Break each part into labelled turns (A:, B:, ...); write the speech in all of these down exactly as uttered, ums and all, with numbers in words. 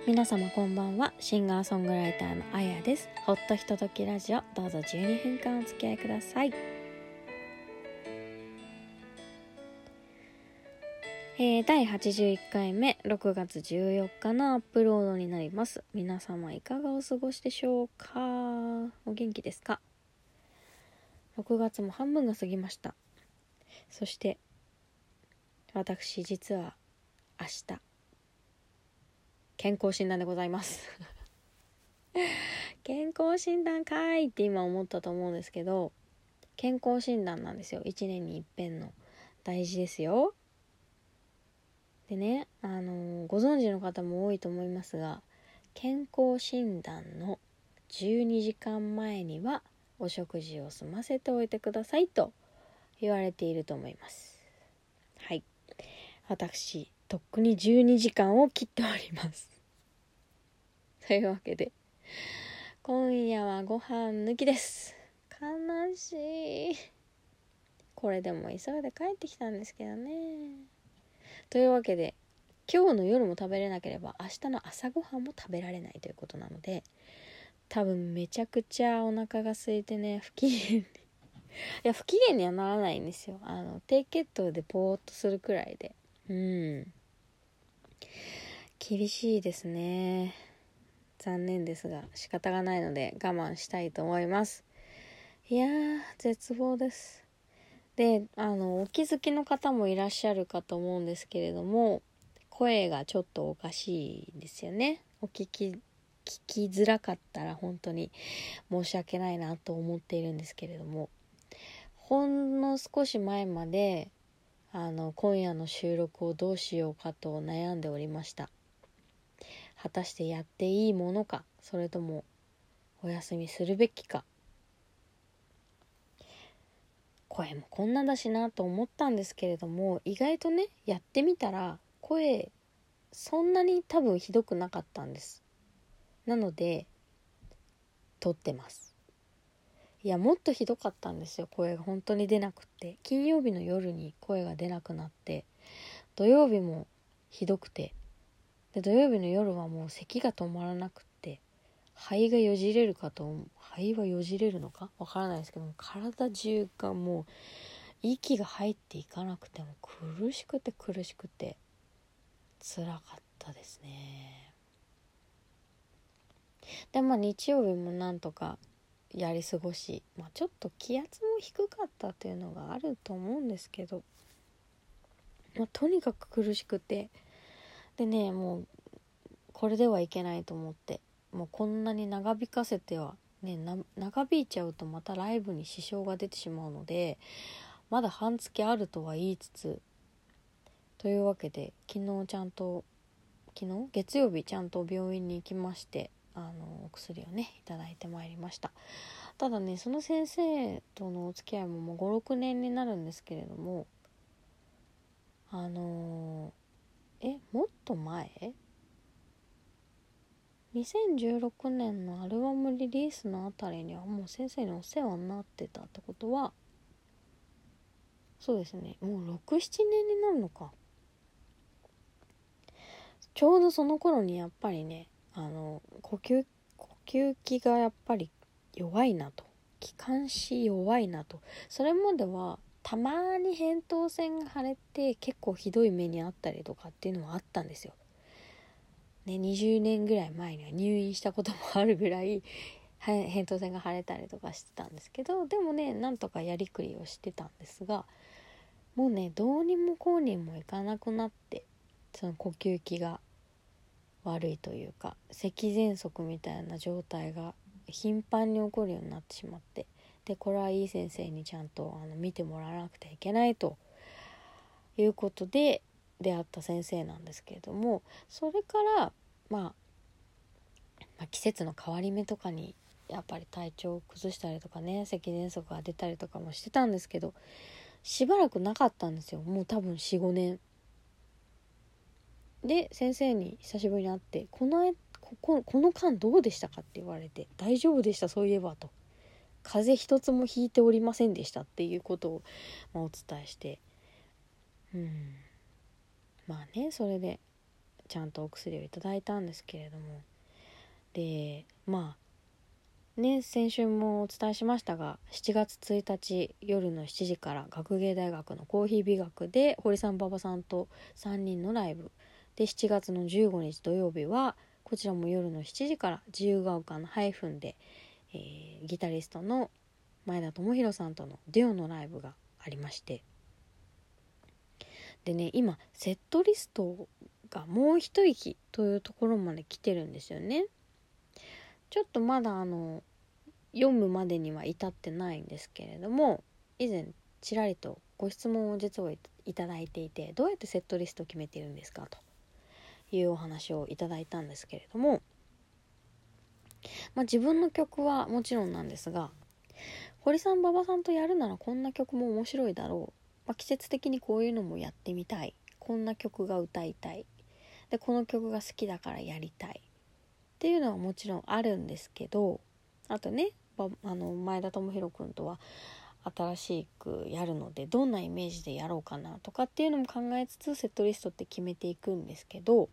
A: 皆様こんばんは。シンガーソングライターのあやです。ほっとひとときラジオ、どうぞじゅうにふんかんお付き合いください。えー、だいはちじゅういっかいめ、ろくがつじゅうよっかのアップロードになります。皆様いかがお過ごしでしょうか？お元気ですか？ろくがつも半分が過ぎました。そして私実は明日健康診断でございます健康診断かいって今思ったと思うんですけど、健康診断なんですよ。いちねんに一遍の大事ですよ。でね、あのー、ご存知の方も多いと思いますが、健康診断のじゅうにじかんまえにはお食事を済ませておいてくださいと言われていると思います。はい、私とっくにじゅうにじかんを切っておりますというわけで今夜はご飯抜きです。悲しい。これでも急いで帰ってきたんですけどね。というわけで今日の夜も食べれなければ明日の朝ごはんも食べられないということなので、多分めちゃくちゃお腹が空いてね、不機嫌にいや不機嫌にはならないんですよ。あの低血糖でぼーっとするくらいで、うん厳しいですね。残念ですが仕方がないので我慢したいと思います。いやー絶望です。で、あのお気づきの方もいらっしゃるかと思うんですけれども、声がちょっとおかしいんですよね。お聞き聞きづらかったら本当に申し訳ないなと思っているんですけれども、ほんの少し前まであの今夜の収録をどうしようかと悩んでおりました。果たしてやっていいものか、それともお休みするべきか。声もこんなだしなと思ったんですけれども、意外とねやってみたら声そんなに多分ひどくなかったんです。なので撮ってます。いやもっとひどかったんですよ。声が本当に出なくって、金曜日の夜に声が出なくなって、土曜日もひどくて、で土曜日の夜はもう咳が止まらなくって、肺がよじれるかと肺はよじれるのかわからないですけども、体中がもう息が入っていかなくて、も苦しくて苦しくて辛かったですね。でまあ日曜日もなんとかやり過ごし、まあ、ちょっと気圧も低かったっていうのがあると思うんですけど、まあ、とにかく苦しくて、でねもうこれではいけないと思って、もうこんなに長引かせてはね、な長引いちゃうとまたライブに支障が出てしまうので、まだ半月あるとは言いつつ、というわけで昨日ちゃんと昨日月曜日ちゃんと病院に行きまして、あのお薬をねいただいてまいりました。ただねその先生とのお付き合いももうごろくねんになるんですけれども、あのー、えもっと前にせんじゅうろくねんのアルバムリリースのあたりにはもう先生にお世話になってたってことは、そうですね、もうろく、ななねんになるのか。ちょうどその頃にやっぱりね、あの呼吸呼吸器がやっぱり弱いなと、気管支弱いなと。それまではたまに扁桃腺が腫れて結構ひどい目にあったりとかっていうのはあったんですよ、ね、にじゅうねんぐらい前には入院したこともあるぐらい扁桃腺が腫れたりとかしてたんですけど、でもねなんとかやりくりをしてたんですが、もうねどうにもこうにもいかなくなって、その呼吸器が悪いというか咳喘息みたいな状態が頻繁に起こるようになってしまって、でこれはいい先生にちゃんとあの見てもらわなくてはいけないということで出会った先生なんですけれども、それから、まあ、まあ季節の変わり目とかにやっぱり体調を崩したりとかね、咳喘息が出たりとかもしてたんですけど、しばらくなかったんですよ。もう多分 よん,ご 年で先生に久しぶりに会って、このこここの間どうでしたかって言われて、大丈夫でした、そういえばと、風邪一つもひいておりませんでしたっていうことを、まあ、お伝えして、うんまあねそれでちゃんとお薬をいただいたんですけれども、でまあね先週もお伝えしましたが、しちがつついたち夜のしちじから学芸大学のコーヒー美学で堀さん馬場さんとさんにんのライブで、しちがつのじゅうごにち土曜日はこちらも夜のしちじから自由が丘のハイフンで、えー、ギタリストの前田智弘さんとのデュオのライブがありまして、でね今セットリストがもう一息というところまで来てるんですよね。ちょっとまだあの読むまでには至ってないんですけれども、以前ちらりとご質問を実はいただいていて、どうやってセットリストを決めているんですかというお話をいただいたんですけれども、まあ、自分の曲はもちろんなんですが、堀さん馬場さんとやるならこんな曲も面白いだろう、まあ、季節的にこういうのもやってみたい、こんな曲が歌いたい、でこの曲が好きだからやりたいっていうのはもちろんあるんですけど、あとねあの前田智弘くんとは新しくやるのでどんなイメージでやろうかなとかっていうのも考えつつセットリストって決めていくんですけど、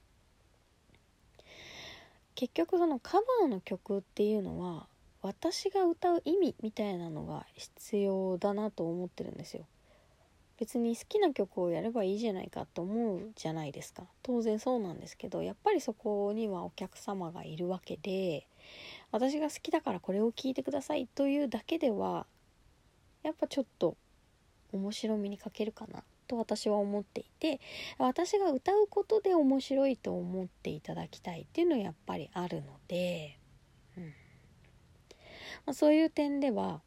A: 結局そのカバーの曲っていうのは私が歌う意味みたいなのが必要だなと思ってるんですよ。別に好きな曲をやればいいじゃないかと思うじゃないですか。当然そうなんですけど、やっぱりそこにはお客様がいるわけで、私が好きだからこれを聴いてくださいというだけではやっぱちょっと面白みに欠けるかなと私は思っていて、私が歌うことで面白いと思っていただきたいっていうのはやっぱりあるので、うんまあ、そういう点では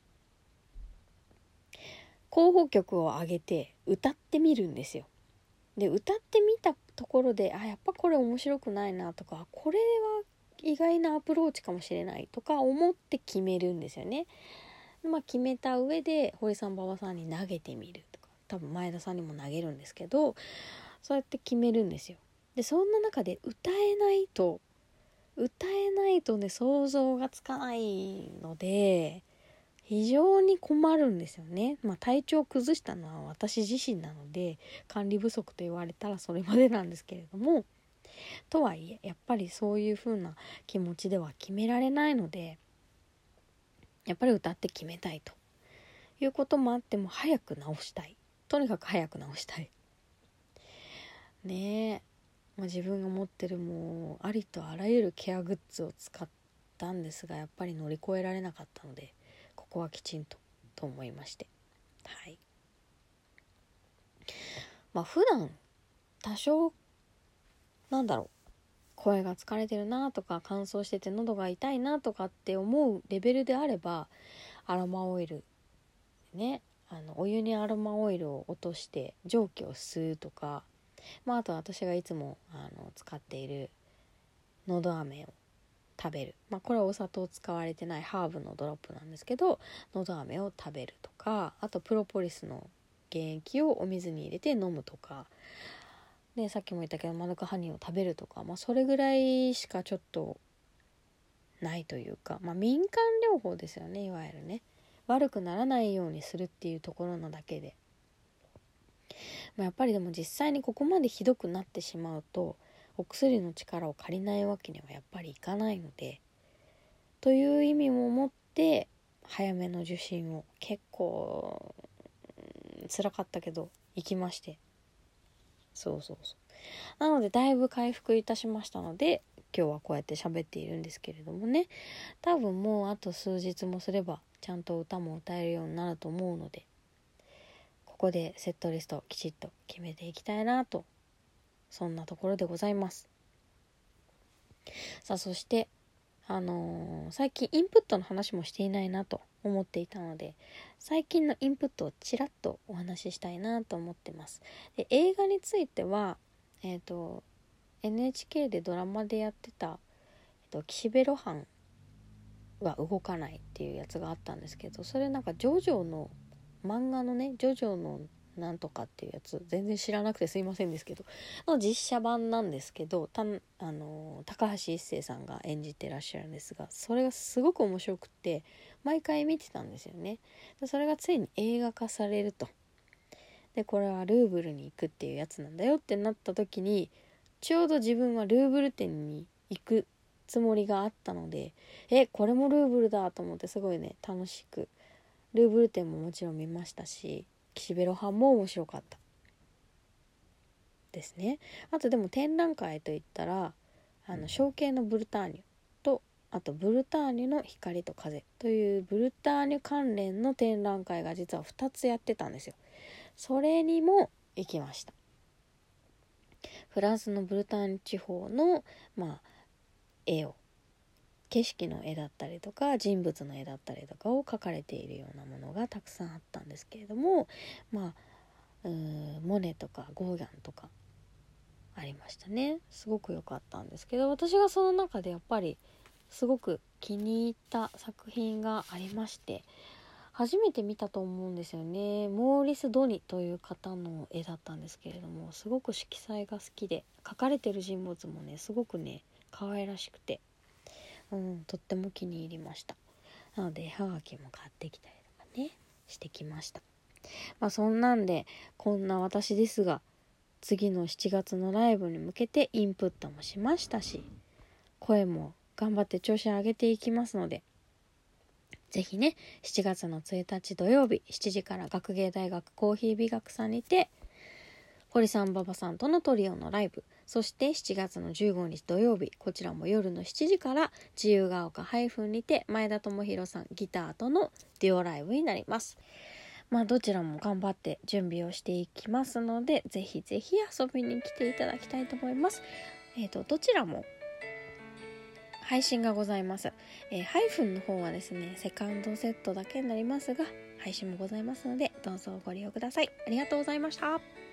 A: 候補曲を上げて歌ってみるんですよ。で歌ってみたところで、あやっぱこれ面白くないなとか、これは意外なアプローチかもしれないとか思って決めるんですよね。まあ決めた上で堀さん馬場さんに投げてみるとか、多分前田さんにも投げるんですけど、そうやって決めるんですよ。でそんな中で歌えないと歌えないとね想像がつかないので非常に困るんですよね。まあ体調を崩したのは私自身なので管理不足と言われたらそれまでなんですけれども、とはいえやっぱりそういう風な気持ちでは決められないので、やっぱり歌って決めたいということもあっても早く直したい、とにかく早く直したいねえ、まあ、自分が持ってるもうありとあらゆるケアグッズを使ったんですが、やっぱり乗り越えられなかったので、ここはきちんとと思いまして、はい。まあ普段多少なんだろう声が疲れてるなとか乾燥してて喉が痛いなとかって思うレベルであれば、アロマオイルね、あのお湯にアロマオイルを落として蒸気を吸うとか、まあ、あと私がいつもあの使っているのど飴を食べる、まあ、これはお砂糖使われてないハーブのドロップなんですけど、のど飴を食べるとか、あとプロポリスの原液をお水に入れて飲むとかで、さっきも言ったけどマヌカハニーを食べるとか、まあ、それぐらいしかちょっとないというか、まあ、民間療法ですよね、いわゆるね。悪くならないようにするっていうところなだけで、まあ、やっぱりでも実際にここまでひどくなってしまうとお薬の力を借りないわけにはやっぱりいかないので、という意味も持って早めの受診を結構辛かったけど行きまして、そうそうそうなのでだいぶ回復いたしましたので、今日はこうやって喋っているんですけれどもね、多分もうあと数日もすればちゃんと歌も歌えるようになると思うので、ここでセットリストをきちっと決めていきたいなと、そんなところでございます。さあそしてあのー、最近インプットの話もしていないなと思っていたので、最近のインプットをちらっとお話ししたいなと思ってます。で映画についてはえっと エヌエイチケー でドラマでやってた、えっと、岸辺露伴は動かないっていうやつがあったんですけど、それなんかジョジョの漫画のね、ジョジョのなんとかっていうやつ全然知らなくてすいませんですけどの実写版なんですけど、たあの高橋一生さんが演じてらっしゃるんですが、それがすごく面白くて毎回見てたんですよね。でそれがついに映画化されると、でこれはルーブルに行くっていうやつなんだよってなった時に、 ちょうど自分はルーブル展に行くつもりがあったので、えこれもルーブルだと思ってすごいね楽しくルーブル展ももちろん見ましたし、岸辺露伴も面白かったですね。あとでも展覧会といったらあの象形のブルターニュと、あとブルターニュの光と風というブルターニュ関連の展覧会が実はふたつやってたんですよ。それにも行きました。フランスのブルターニュ地方の、まあ、絵を景色の絵だったりとか人物の絵だったりとかを描かれているようなものがたくさんあったんですけれども、まあうーモネとかゴーギャンとかありましたね。すごく良かったんですけど、私がその中でやっぱりすごく気に入った作品がありまして、初めて見たと思うんですよね。モーリス・ドニという方の絵だったんですけれども、すごく色彩が好きで、描かれてる人物もねすごくね可愛らしくて、うん、とっても気に入りました。なので絵はがきも買ってきたりとかねしてきました。まあそんなんでこんな私ですが、次のしちがつのライブに向けてインプットもしましたし、声も頑張って調子上げていきますので、ぜひねしちがつのついたち土曜日しちじから学芸大学コーヒー美学さんにて堀さん馬場さんとのトリオのライブ、そしてしちがつのじゅうごにち土曜日、こちらも夜のしちじから自由が丘ハイフンにて前田智弘さんギターとのデュオライブになります。まあどちらも頑張って準備をしていきますので、ぜひぜひ遊びに来ていただきたいと思います。えーとどちらも配信がございます。えー、ハイフンの方はですねセカンドセットだけになりますが配信もございますので、どうぞご利用ください。ありがとうございました。